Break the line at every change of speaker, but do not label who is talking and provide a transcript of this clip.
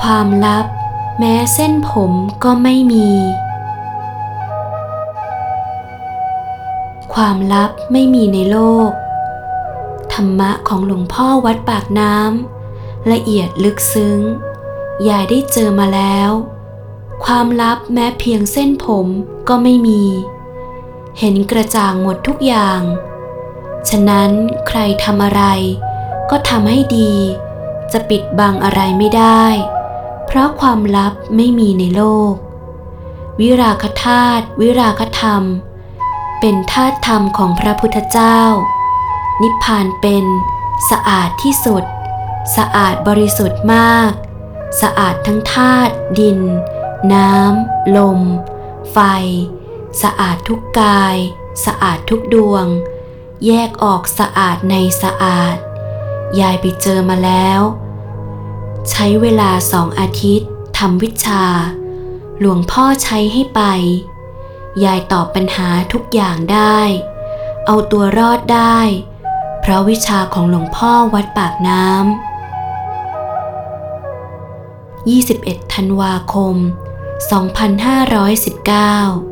ความลับแม้เส้นผมก็ไม่มี ความลับไม่มีในโลกธรรมะของหลวงพ่อวัดปากน้ำละเอียดลึกซึ้งยายได้เจอมาแล้วความลับแม้เพียงเส้นผมก็ไม่มีเห็นกระจ่างหมดทุกอย่างฉะนั้นใครทำอะไรก็ทำให้ดีจะปิดบังอะไรไม่ได้เพราะความลับไม่มีในโลกวิราคะธาตุวิราคะธรรมเป็นธาตุธรรมของพระพุทธเจ้านิพพานเป็นสะอาดที่สุดสะอาดบริสุทธิ์มากสะอาดทั้งธาตุดินน้ำลมไฟสะอาดทุกกายสะอาดทุกดวงแยกออกสะอาดในสะอาดยายไปเจอมาแล้วใช้เวลา2 อาทิตย์ทำวิชาหลวงพ่อใช้ให้ไปยายตอบปัญหาทุกอย่างได้เอาตัวรอดได้เพราะวิชาของหลวงพ่อวัดปากน้ำ21 ธันวาคม 2519